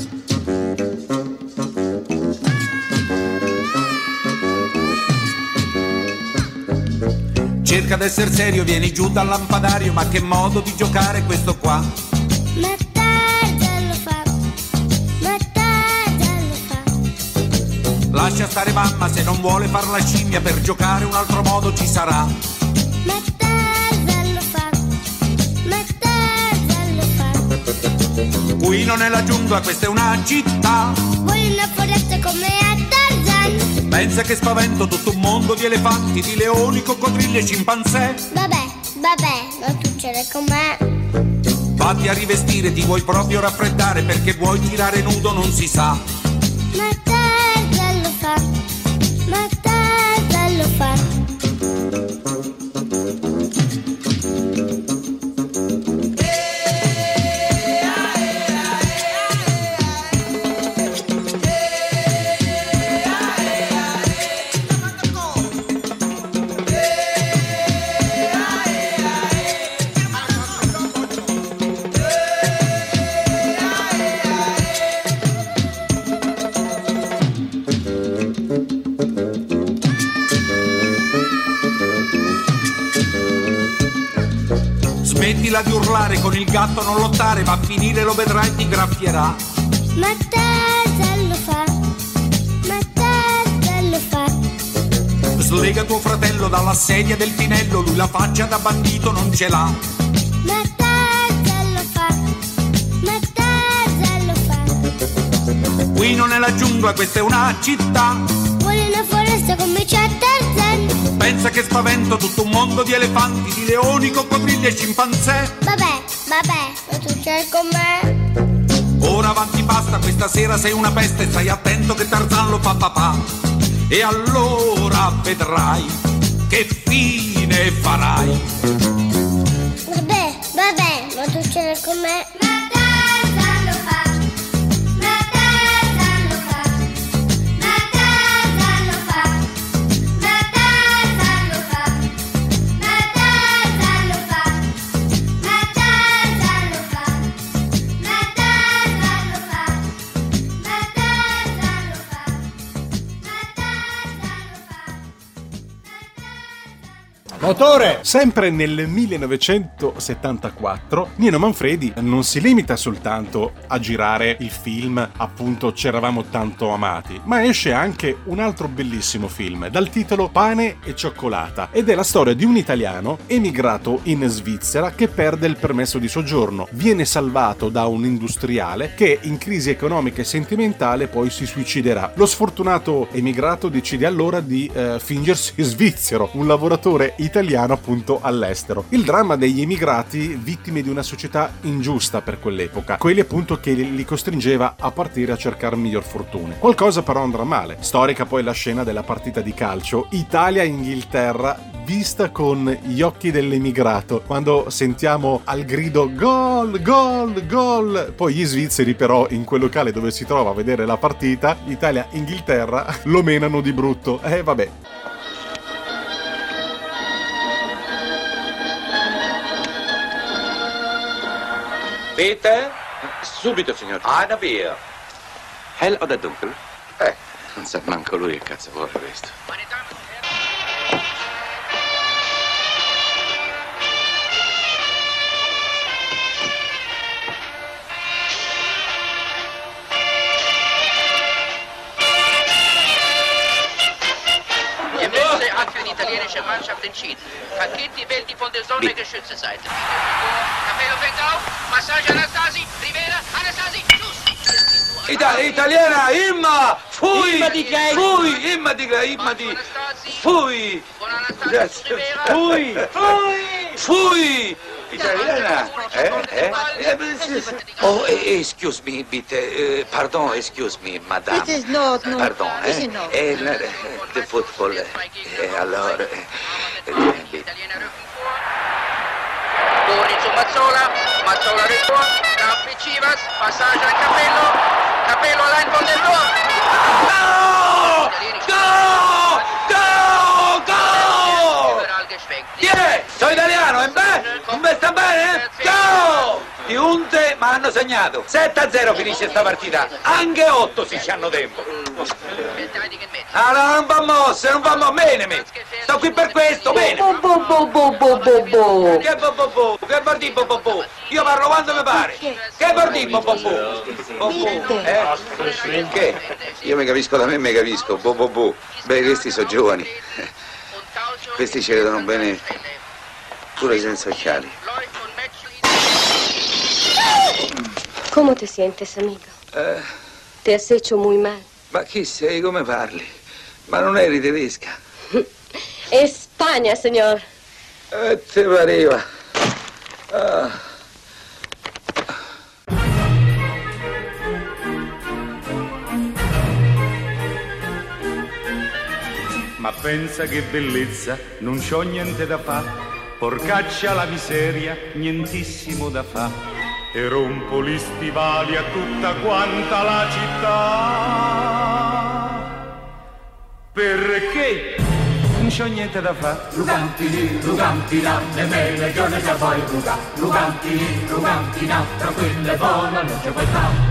Speaker 6: Cerca d'essere serio, vieni giù dal lampadario, ma che modo di giocare questo qua?
Speaker 19: Ma te lo fa, ma te lo fa.
Speaker 6: Lascia stare mamma, se non vuole far la scimmia, per giocare un altro modo ci sarà.
Speaker 19: Ma te lo fa, ma te lo fa.
Speaker 6: Qui non è la giungla, questa è una città.
Speaker 19: Vuoi una foresta come a Tarzan?
Speaker 6: Pensa che spavento tutto un mondo di elefanti, di leoni, coccodrilli e scimpanzé.
Speaker 19: Vabbè, vabbè, non succede con me.
Speaker 6: Vatti a rivestire, ti vuoi proprio raffreddare, perché vuoi tirare nudo non si sa.
Speaker 19: Ma te lo fa, ma te lo fa.
Speaker 6: Smettila di urlare, con il gatto non lottare, va a finire lo vedrai, ti graffierà.
Speaker 19: Ma te se lo fa, ma te se lo fa.
Speaker 6: Slega tuo fratello dalla sedia del tinello, lui la faccia da bandito non ce l'ha.
Speaker 19: Ma te se lo fa, ma te se lo fa.
Speaker 6: Qui non è la giungla, questa è una città.
Speaker 19: Vuole una foresta come c'è Tarzan.
Speaker 6: Pensa che spavento tutto un mondo di elefanti, di leoni, coccodrilli e scimpanzé.
Speaker 19: Vabbè, vabbè, ma tu c'hai con me.
Speaker 6: Ora avanti basta, questa sera sei una peste, stai attento che Tarzan lo fa papà. E allora vedrai che fine farai.
Speaker 19: Vabbè, vabbè, ma tu c'hai con me. Ma Tarzan lo fa, ma Tarzan lo fa, ma Tarzan lo fa, ma Tarzan lo fa, ma Tarzan lo fa, ma Tarzan lo fa, ma Tarzan lo fa, ma Tarzan lo fa.
Speaker 7: Motore! Sempre nel millenovecentosettantaquattro Nino Manfredi non si limita soltanto a girare il film appunto C'eravamo tanto amati, ma esce anche un altro bellissimo film dal titolo Pane e cioccolata, ed è la storia di un italiano emigrato in Svizzera che perde il permesso di soggiorno, viene salvato da un industriale che in crisi economica e sentimentale poi si suiciderà. Lo sfortunato emigrato decide allora di eh, fingersi svizzero, un lavoratore italiano appunto all'estero. Il dramma degli emigrati vittime di una società ingiusta per quell'epoca, quelli appunto che li costringeva a partire a cercare miglior fortune. Qualcosa però andrà male. Storica poi la scena della partita di calcio Italia-Inghilterra vista con gli occhi dell'emigrato, quando sentiamo al grido gol, gol, gol. Poi gli svizzeri però in quel locale dove si trova a vedere la partita Italia-Inghilterra lo menano di brutto. Eh vabbè.
Speaker 20: Bitte? Subito, signor. Eine Bier. Hell oder dunkel? Eh, non sa manco lui che cazzo vuole questo.
Speaker 21: Ihr müsst auch für die italienische Mannschaft entschieden. Pacchetti, Welti von der Sonne, Geschützeseite. Capello fängt auf, Massage Anastasi, Rivera, Anastasi, Schuss!
Speaker 11: Ita- italiana, Imma! Fui! Imma di che? Fui! Imma di che? Imma di... Fui! Fui! Fui! Fui! Italiana? Eh? Eh? Oh, eh, excuse me, bitte. Uh, pardon, excuse me, madame.
Speaker 22: It is not, no.
Speaker 11: Pardon,
Speaker 22: This
Speaker 11: eh?
Speaker 22: is not.
Speaker 11: Eh, la- the football. Eh, allora... Eh, eh,
Speaker 21: Borri su Mazzola, Mazzola recua, Raffi Civas, passaggio al Capello, Capello allein von der Lohr.
Speaker 11: Go! Go! Go! Go! Yeah! Sono italiano, e beh? Non mi sta bene? Go! Di unte, ma hanno segnato. sette a zero finisce sta partita. Anche otto si c'hanno tempo. Allora non va mosse, non va mosse. Bene, me. Sto qui per questo, bene.
Speaker 22: Bo bo bo bo bo bo bo.
Speaker 11: Che bo bo bo? Che vuol dire bo bo bo? Io parlo quando mi pare. Che vuol dire bo bo bo? Bo bo, eh? Che? Io mi capisco da me, mi capisco. Bo bo bo. Beh, questi sono giovani. Questi ci vedono bene pure senza occhiali.
Speaker 23: ¿Cómo te sientes, amigo?
Speaker 11: Eh,
Speaker 23: ¿Te has hecho muy mal?
Speaker 11: ma chi sei? Come parli? Ma non eri tedesca?
Speaker 23: España, señor.
Speaker 11: Eh, te pareva. Ah.
Speaker 6: Ma pensa che bellezza, non c'ho niente da fa, porcaccia la miseria, nientissimo da fa, e rompo gli stivali a tutta quanta la città, perché non c'ho niente da fa.
Speaker 24: Ruganti, ruganti, là, nemmeno il giorno già vuoi ruga, ruganti, ruganti, là, tranquillo e buono, non ci puoi fare.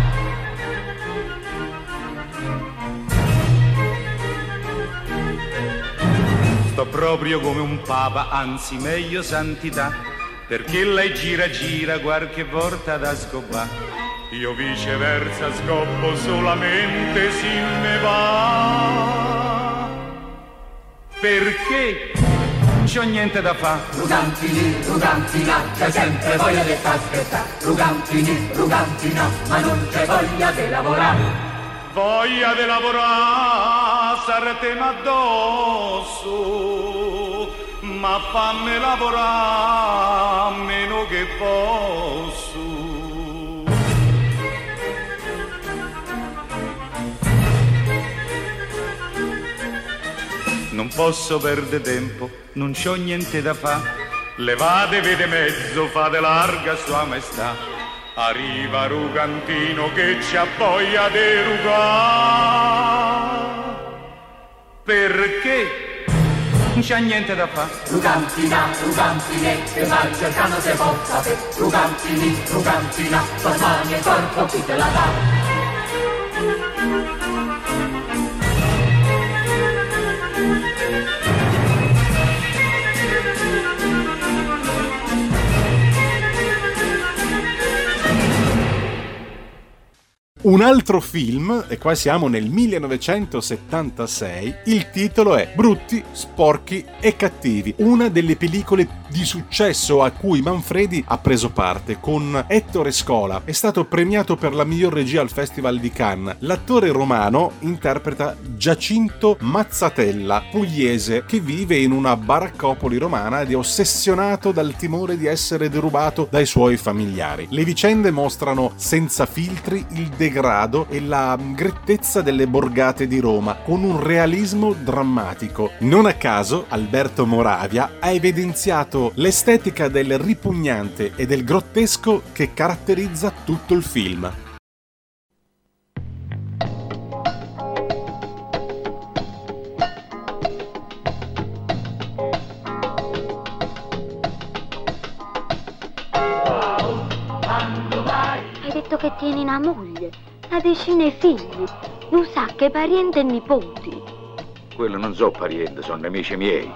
Speaker 6: Sto proprio come un papa, anzi meglio santità, perché lei gira gira qualche volta da scoppare, io viceversa scoppo solamente se me va, perché c'ho niente da fa.
Speaker 24: Rugantini, rugantina, c'è sempre voglia di far scherzare. Rugantini, rugantina, ma non c'è voglia di lavorare.
Speaker 6: Voglia di lavorare, sarete addosso, ma fammi lavorare meno che posso. Non posso perdere tempo, non c'ho niente da fa. Levate vede mezzo, fate larga sua maestà. Arriva Rugantino che c'ha voglia di rugare, perché non c'ha niente da fa.
Speaker 24: Rugantina, rugantine, che mal cercano se può sapere. Rugantini, rugantina, con mani e corpo chi te la dà.
Speaker 7: Un altro film, e qua siamo nel millenovecentosettantasei, il titolo è Brutti, sporchi e cattivi, una delle pellicole di successo a cui Manfredi ha preso parte con Ettore Scola. È stato premiato per la miglior regia al Festival di Cannes. L'attore romano interpreta Giacinto Mazzatella, pugliese, che vive in una baraccopoli romana ed è ossessionato dal timore di essere derubato dai suoi familiari. Le vicende mostrano senza filtri il degrado e la grettezza delle borgate di Roma, con un realismo drammatico. Non a caso Alberto Moravia ha evidenziato l'estetica del ripugnante e del grottesco che caratterizza tutto il film.
Speaker 17: Hai detto che tieni una moglie, una decina di figli, non sa che parenti e nipoti.
Speaker 11: Quello non so parenti, sono nemici miei.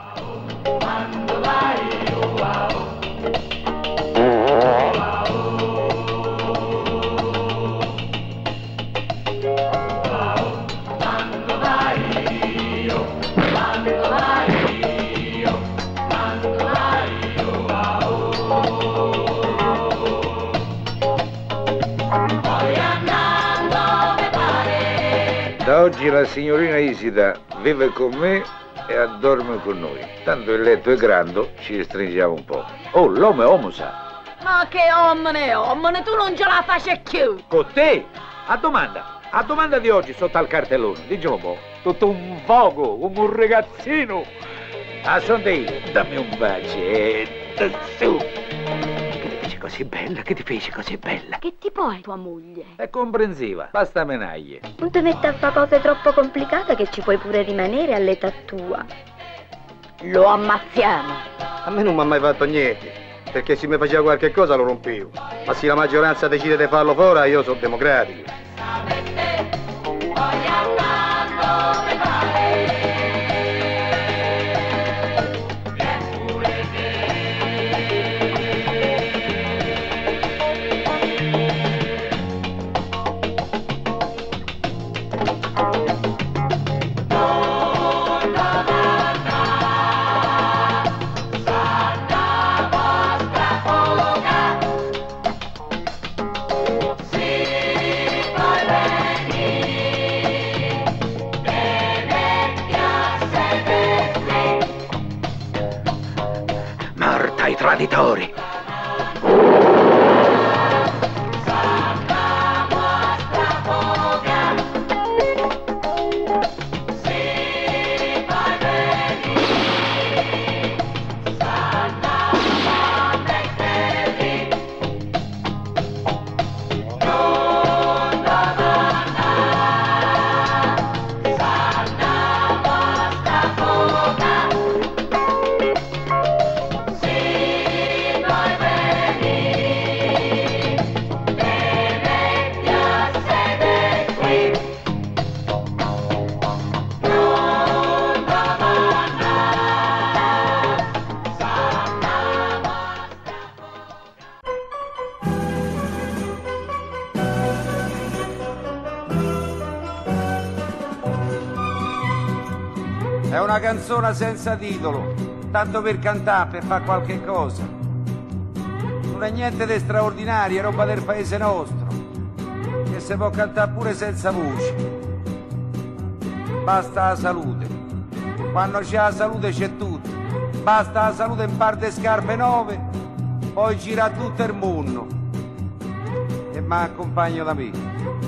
Speaker 11: Da oggi la signorina Isida vive con me e addorme con noi. Tanto il letto è grande, ci stringiamo un po'. Oh, l'uomo è uomo, sa.
Speaker 22: Ma che omne, omne, tu non ce la faccio più.
Speaker 11: Con te? A domanda. A domanda di oggi sotto al cartellone. Diciamo un po'. Tutto un fuoco, un ragazzino. A son te io, dammi un bacetto, su. Così bella, che ti feci così bella?
Speaker 17: Che tipo è tua moglie?
Speaker 11: È comprensiva, basta menaglie.
Speaker 17: Non ti metti a fare cose troppo complicate che ci puoi pure rimanere all'età tua. Lo ammazziamo.
Speaker 16: A me non mi ha mai fatto niente, perché se mi faceva qualche cosa lo rompevo. Ma se la maggioranza decide di farlo fuori, io sono democratico.
Speaker 11: Ai traditori.
Speaker 1: È una canzone senza titolo, tanto per cantare, per fare qualche cosa. Non è niente di straordinario, è roba del paese nostro, che si può cantare pure senza voce. Basta la salute. Quando c'è la salute c'è tutto. Basta la salute, in parte scarpe nuove, poi gira tutto il mondo. E mi accompagno da me.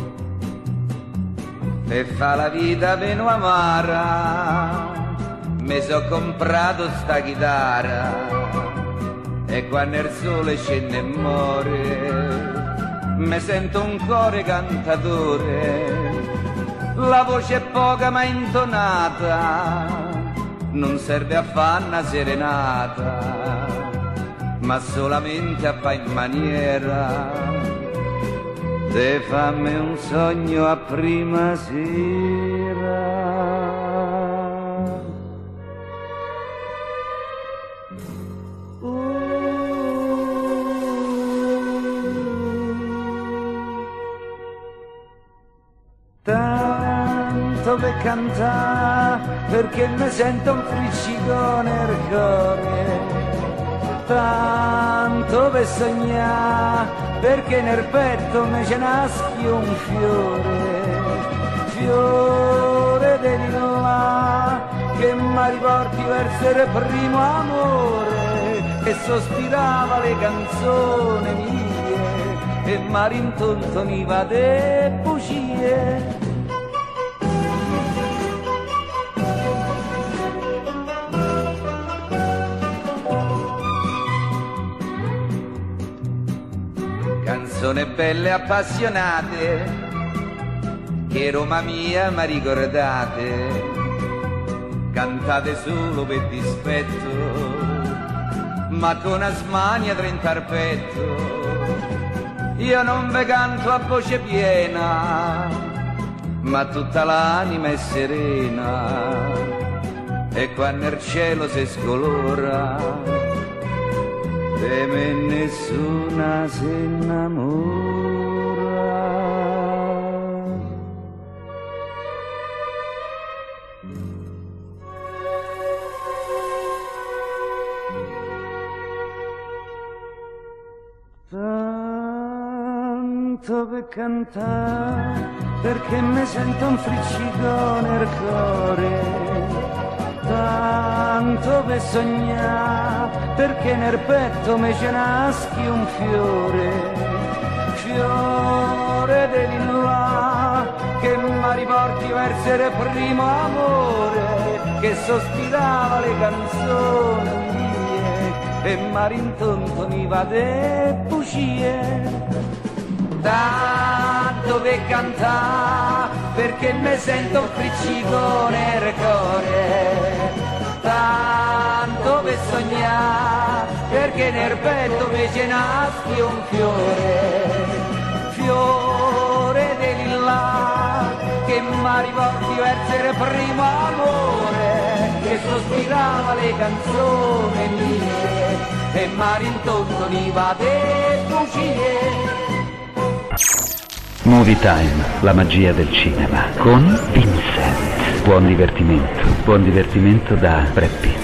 Speaker 1: E fa la vita meno amara, mi so comprato sta chitarra, e quando il sole scende e muore, mi sento un cuore cantatore. La voce è poca ma intonata, non serve a fare una serenata, ma solamente a fare in maniera de fammi un sogno a prima sera. Tanto per cantare, perché mi sento un friccicone nel cuore. Tanto per sognare, perché nel petto mi ce naschi un fiore. Fiore di là, che mi riporti verso il primo amore, che sospirava le canzoni mie e mi rintontoniva de bugie. Canzoni belle appassionate, che Roma mia mi ricordate, cantate solo per dispetto, ma con una smania trenta al petto. Io non ve canto a voce piena, ma tutta l'anima è serena, e quando il cielo si scolora, de me nessuna si innamora. Tanto per cantare, perché mi sento un friccicone nel cuore. Tanto per sognare, perché nel petto mi ce naschi un fiore. Fiore dell'inlà, che mi riporti verso il primo amore, che sospirava le canzoni mie e mi rintontoniva de bugie. Tanto per cantare, perché mi sento un friccicone nel cuore. Tanto per sognare, perché nel petto mi ce naschi un fiore. Fiore di lilla, che mi riporti verso il primo amore, che sospirava le canzoni mie e mi rintontoniva de bugie.
Speaker 10: Movie Time, la magia del cinema, con Vincent. Buon divertimento, buon divertimento da Brad Pitt.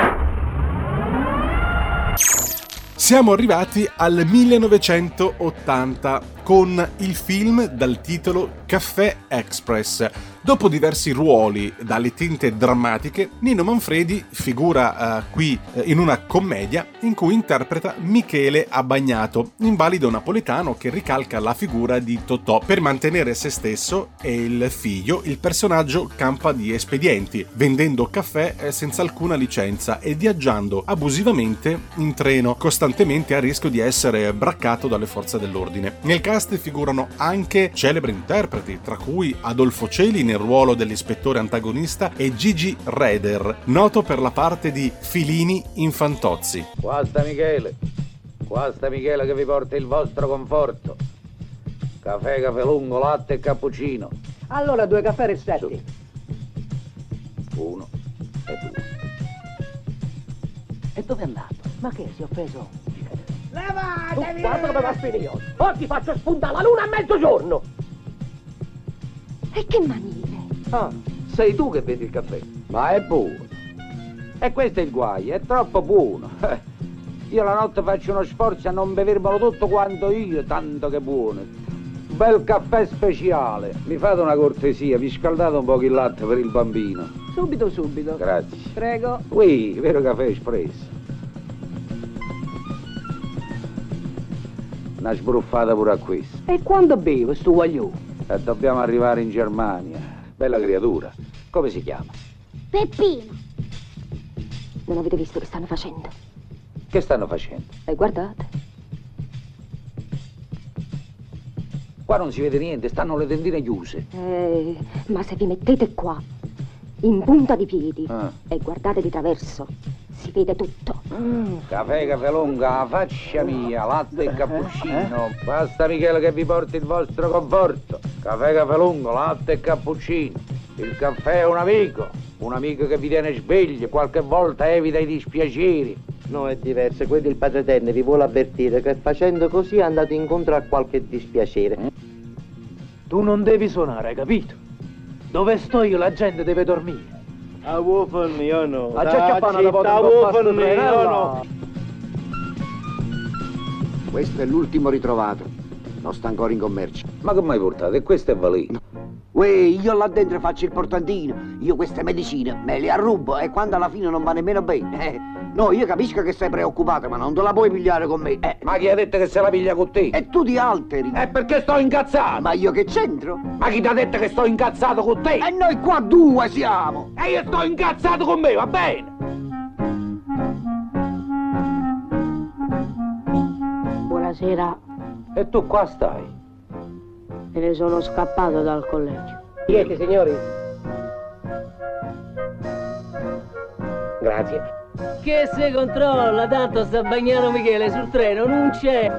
Speaker 7: Siamo arrivati al millenovecentottanta con il film dal titolo Caffè Express. Dopo diversi ruoli dalle tinte drammatiche, Nino Manfredi figura uh, qui uh, in una commedia in cui interpreta Michele Abbagnato, invalido napoletano che ricalca la figura di Totò. Per mantenere se stesso e il figlio, il personaggio campa di espedienti, vendendo caffè eh, senza alcuna licenza e viaggiando abusivamente in treno, costantemente a rischio di essere braccato dalle forze dell'ordine. Nel cast figurano anche celebri interpreti, tra cui Adolfo Celi nel ruolo dell'ispettore antagonista e Gigi Reder, noto per la parte di Filini in Fantozzi.
Speaker 1: Qua sta Michele, qua sta Michele che vi porta il vostro conforto. Caffè, caffè lungo, latte e cappuccino.
Speaker 2: Allora due caffè ristretti.
Speaker 1: Uno e due.
Speaker 2: E dove è andato? Ma che, si è offeso?
Speaker 3: Levatevi!
Speaker 2: Guarda dove va a finire io. Oggi faccio spuntare la luna a mezzogiorno.
Speaker 17: E che manine?
Speaker 2: Ah,
Speaker 4: Sei tu che vedi il caffè.
Speaker 11: Ma è buono. E questo è il guaio, è troppo buono. Io la notte faccio uno sforzo a non bevermelo tutto quanto io, tanto che buono. Bel caffè speciale. Mi fate una cortesia, vi scaldate un po' il latte per il bambino.
Speaker 2: Subito, subito.
Speaker 11: Grazie.
Speaker 2: Prego.
Speaker 11: Ui, vero caffè espresso. Una sbruffata pure a questo.
Speaker 2: E quando bevo sto guaglione?
Speaker 11: E dobbiamo arrivare in Germania. Bella creatura. Come si chiama?
Speaker 19: Peppino.
Speaker 23: Non avete visto che stanno facendo?
Speaker 11: Che stanno facendo?
Speaker 23: E guardate.
Speaker 11: Qua non si vede niente, stanno le tendine chiuse.
Speaker 23: Eh, ma se vi mettete qua, in punta di piedi,
Speaker 11: Ah.
Speaker 23: e guardate di traverso, si vede tutto.
Speaker 11: Mm, caffè, caffè lunga, faccia mia, latte e cappuccino. Basta Michele che vi porti il vostro conforto. Caffè, caffè lungo, latte e cappuccino. Il caffè è un amico, un amico che vi tiene svegli, qualche volta evita i dispiaceri.
Speaker 5: No, è diverso, quello il Padre Tenne vi vuole avvertire che facendo così andate incontro a qualche dispiacere.
Speaker 2: Tu non devi suonare, capito? Dove sto io la gente deve dormire.
Speaker 5: A wufen io no.
Speaker 2: A già chiappana da
Speaker 5: a wufen io no.
Speaker 8: Questo è l'ultimo ritrovato. Non sta ancora in commercio.
Speaker 11: Ma che mai portate? E questo è valino.
Speaker 8: Uè, io là dentro faccio il portantino. Io queste medicine me le arrubo e quando alla fine non va nemmeno bene. Eh, no, io capisco che sei preoccupato, ma non te la puoi pigliare con me. Eh.
Speaker 11: Ma chi ha detto che se la piglia con te?
Speaker 8: E tu ti alteri.
Speaker 11: È perché sto incazzato.
Speaker 8: Ma io che c'entro?
Speaker 11: Ma chi ti ha detto che sto incazzato con te?
Speaker 8: E noi qua due siamo.
Speaker 11: E io sto incazzato con me, va bene?
Speaker 9: Buonasera.
Speaker 11: E tu qua stai?
Speaker 9: Me ne sono scappato dal collegio.
Speaker 2: Siete, signori? Grazie.
Speaker 9: Che se controlla, tanto sta bagnando Michele sul treno, non c'è.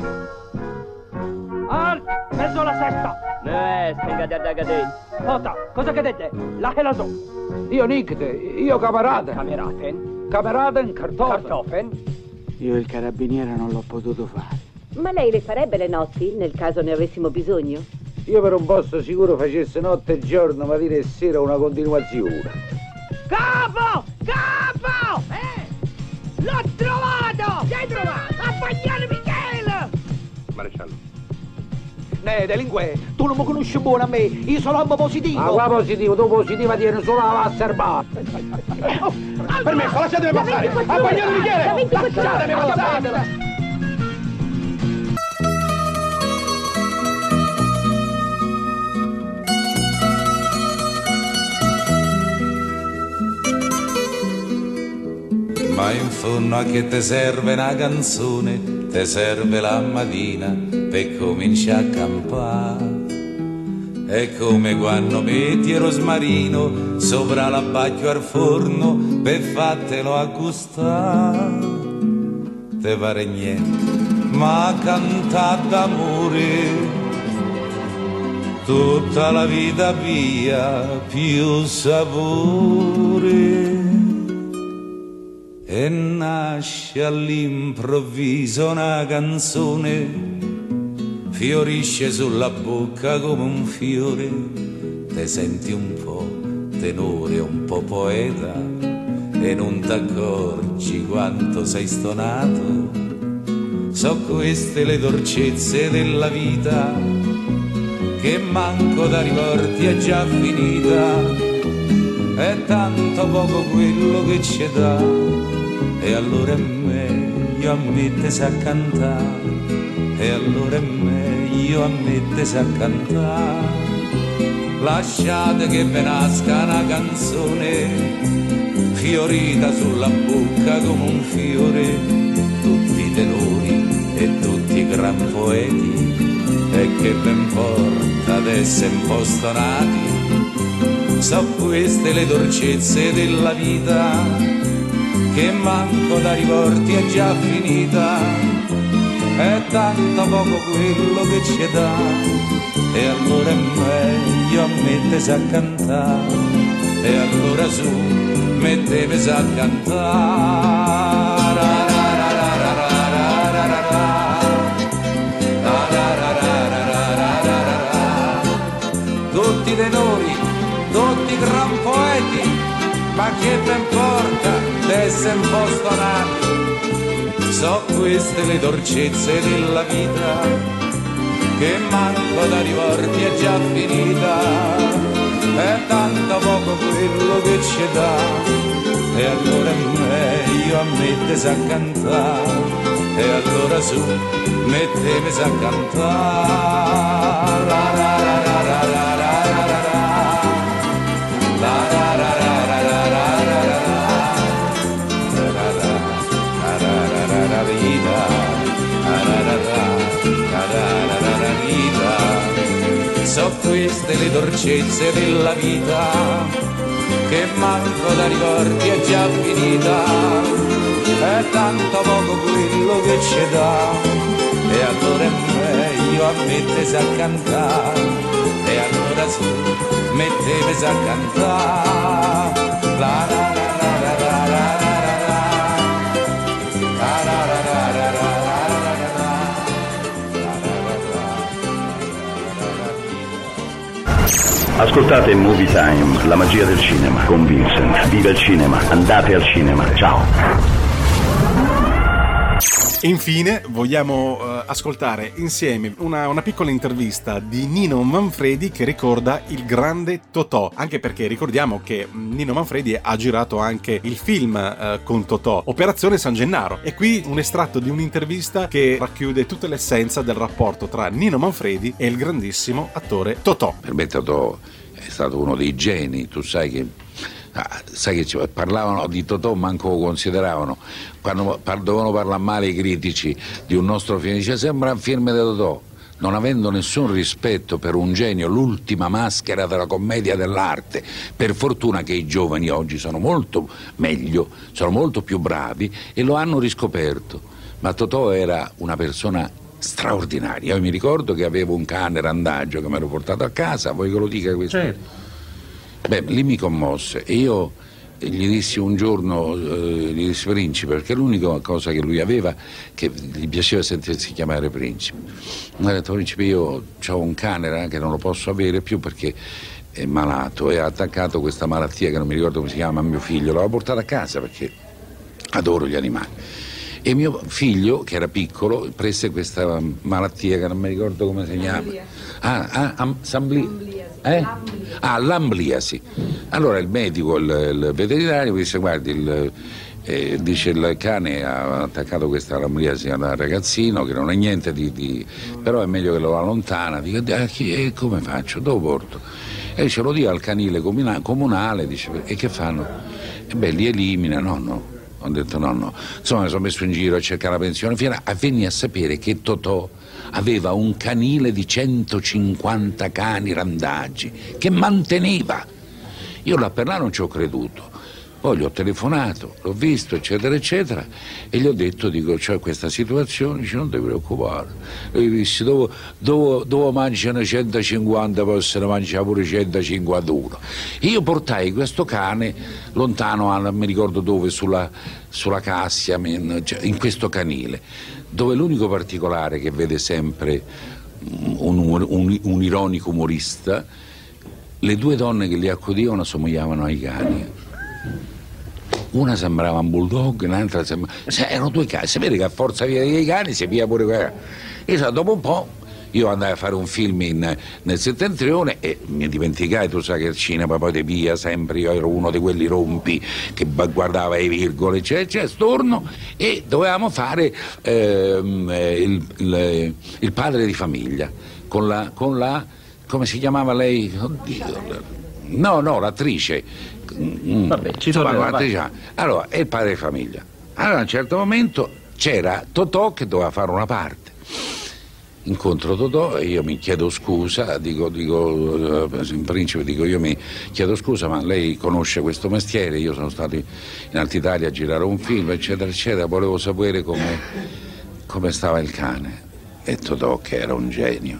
Speaker 2: Al, verso la sesta.
Speaker 9: Eh, spiegate a Dagadè.
Speaker 2: Ota, cosa chiedete? La che la so.
Speaker 11: Io Nicte, io camerate.
Speaker 2: Cameraten.
Speaker 11: Cameraten, cartofen.
Speaker 2: Cartofen.
Speaker 25: Io il carabiniere non l'ho potuto fare.
Speaker 23: Ma lei le farebbe le notti, nel caso ne avessimo bisogno?
Speaker 11: Io per un posto sicuro facesse notte e giorno, mattina e sera una continuazione.
Speaker 3: Capo! Capo! Eh! L'ho trovato! Che hai trovato? A bagnare Michele!
Speaker 4: Maresciallo. Ne, delinque, tu non mi conosci buono a me, io sono l'uomo positivo.
Speaker 11: Ma qua positivo, tu positiva tieni solo la Wasserbach.
Speaker 4: Oh, permesso, lasciatemi passare! A bagnare Michele! Lasciatemi passare!
Speaker 6: Ma in fondo a che te serve una canzone, te serve la mattina per cominciare a campare. È come quando metti il rosmarino sopra l'abbacchio al forno per fartelo a gustare. Te pare niente, ma cantare d'amore tutta la vita via più sapore. E nasce all'improvviso una canzone, fiorisce sulla bocca come un fiore, te senti un po' tenore, un po' poeta, e non t'accorgi quanto sei stonato. So queste le dolcezze della vita, che manco da ricordi è già finita, è tanto poco quello che ci dà. E allora è meglio a mettersi a cantare, e allora è meglio a mettersi a cantare. Lasciate che ve nasca una canzone, fiorita sulla bocca come un fiore, tutti i tenori e tutti i gran poeti, e che ben porta d'essere un po' stonati. So queste le dolcezze della vita, che manco da ricordi è già finita, è tanto poco quello che ci dà. E allora è meglio a mettersi a cantare, e allora su, mettetemi a cantare. Tutti i tenori, tutti i gran ma che te importa d'essere un po' stonato? So queste le dolcezze della vita, che manco da rivorti è già finita, è tanto poco quello che ci dà, e allora è meglio a mettersi a cantare, e allora su, mettetemi a cantare, la la la la la la la la la la la la so queste le dolcezze della vita, che manco da ricordi è già finita, è tanto poco quello che ci dà, e allora è meglio a mettersi a cantare, e allora su, mettetemi a cantare, la la la la la la la la
Speaker 10: Ascoltate Movie Time, la magia del cinema con Vincent. Viva il cinema, andate al cinema. Ciao.
Speaker 7: Infine vogliamo uh, ascoltare insieme una, una piccola intervista di Nino Manfredi che ricorda il grande Totò, anche perché ricordiamo che Nino Manfredi ha girato anche il film uh, con Totò, Operazione San Gennaro, e qui un estratto di un'intervista che racchiude tutta l'essenza del rapporto tra Nino Manfredi e il grandissimo attore Totò.
Speaker 11: Per me Totò è stato uno dei geni, tu sai che Ah, sai che parlavano di Totò, manco lo consideravano. Quando par- dovevano parlare male i critici di un nostro film, dice sembra un film di Totò, non avendo nessun rispetto per un genio, l'ultima maschera della commedia dell'arte. Per fortuna che i giovani oggi sono molto meglio, sono molto più bravi e lo hanno riscoperto, ma Totò era una persona straordinaria. Io mi ricordo che avevo un cane randagio che mi ero portato a casa, vuoi che lo dica questo? Certo. Beh, lì mi commosse e io gli dissi un giorno, eh, gli dissi Principe, perché l'unica cosa che lui aveva, che gli piaceva sentirsi chiamare Principe. Mi ha detto Principe, io ho un cane che non lo posso avere più perché è malato e ha attaccato questa malattia che non mi ricordo come si chiama a mio figlio, l'ho portato a casa perché adoro gli animali. E mio figlio, che era piccolo, prese questa malattia che non mi ricordo come si chiama. Ah, ah, am, sambli, eh? Ah, l'ambliasi. Allora il medico, il, il veterinario mi disse, guardi, il, eh, dice il cane ha attaccato questa ambliasi al ragazzino, che non è niente di, di però è meglio che lo allontana. Dico, e come faccio? Dove porto? E ce lo dia al canile comunale, dice, e che fanno? E beh, li elimina, no, no. Ho detto no, no. Insomma, mi sono messo in giro a cercare la pensione fino a venni a sapere che Totò aveva un canile di centocinquanta cani randaggi che manteneva. Io là per là non ci ho creduto. Poi gli ho telefonato, l'ho visto, eccetera, eccetera, e gli ho detto, dico, c'è questa situazione, dice, non ti preoccupare. E gli dissi, dove, dove, dove mangiano centocinquanta possono mangiare pure centocinquantuno. E io portai questo cane lontano, non mi ricordo dove, sulla, sulla Cassia, in, in questo canile, dove l'unico particolare che vede sempre un, un, un ironico umorista, le due donne che li accudivano somigliavano ai cani. Una sembrava un bulldog, l'altra sembrava... erano due cani, si vede che a forza via dei cani si via pure quella. E so, dopo un po' io andai a fare un film in, nel settentrione e mi dimenticai, tu sai che il cinema poi ti via sempre, io ero uno di quelli rompi che guardava le virgole, eccetera, eccetera, storno, e dovevamo fare ehm, il, il, il padre di famiglia con la, con la, come si chiamava lei? Oddio, no, no, l'attrice. Vabbè, ci torneremo. Allora, è il padre di famiglia. Allora, a un certo momento c'era Totò che doveva fare una parte. Incontro Totò e io mi chiedo scusa, dico, dico in principe, dico io mi chiedo scusa, ma lei conosce questo mestiere? Io sono stato in Alta Italia a girare un film, eccetera, eccetera, volevo sapere come, come stava il cane. E Totò, che era un genio.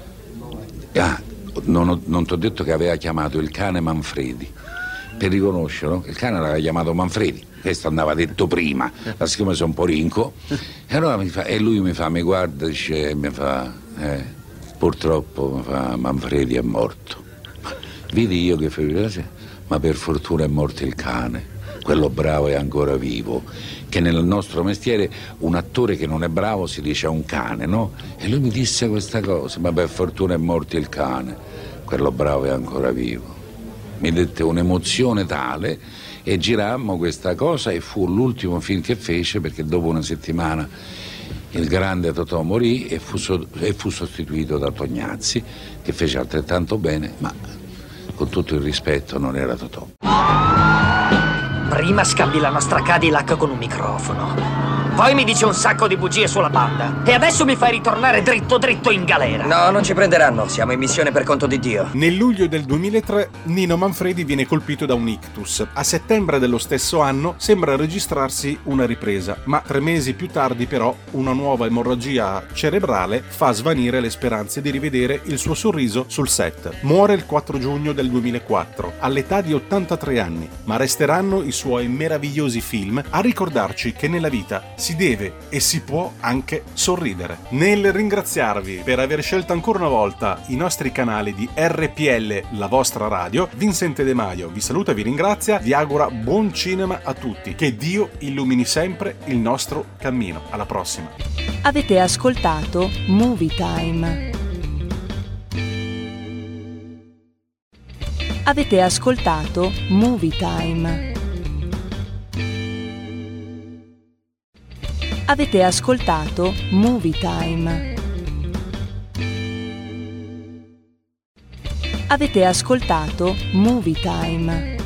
Speaker 11: Ah, non, non ti ho detto che aveva chiamato il cane Manfredi. Per riconoscerlo, il cane l'aveva chiamato Manfredi, questo andava detto prima, ma siccome sono un po' rinco, e, allora mi fa, e lui mi fa, mi guarda, dice, e mi fa, eh, purtroppo mi fa, Manfredi è morto. Vedi io che fai,
Speaker 20: ma per fortuna è morto il cane. Quello bravo è ancora vivo, che nel nostro mestiere un attore che non è bravo si dice un cane, no? E lui mi disse questa cosa, ma per fortuna è morto il cane, quello bravo è ancora vivo. Mi dette un'emozione tale e girammo questa cosa e fu l'ultimo film che fece, perché dopo una settimana il grande Totò morì e fu, so- e fu sostituito da Tognazzi, che fece altrettanto bene, ma con tutto il rispetto non era Totò.
Speaker 12: Prima scambi la nostra Cadillac con un microfono, poi mi dice un sacco di bugie sulla banda e adesso mi fai ritornare dritto dritto in galera.
Speaker 13: No, non ci prenderanno, siamo in missione per conto di Dio.
Speaker 7: Nel luglio del duemilatré Nino Manfredi viene colpito da un ictus. A settembre dello stesso anno sembra registrarsi una ripresa, ma tre mesi più tardi però una nuova emorragia cerebrale fa svanire le speranze di rivedere il suo sorriso sul set. Muore il quattro giugno del duemilaquattro, all'età di ottantatré anni, ma resteranno i suoi meravigliosi film a ricordarci che nella vita si deve e si può anche sorridere. Nel ringraziarvi per aver scelto ancora una volta i nostri canali di R P L, la vostra radio, Vincente De Maio vi saluta e vi ringrazia, vi augura buon cinema a tutti, che Dio illumini sempre il nostro cammino. Alla prossima.
Speaker 14: Avete ascoltato Movie Time. Avete ascoltato Movie Time. Avete ascoltato Movie Time. Avete ascoltato Movie Time.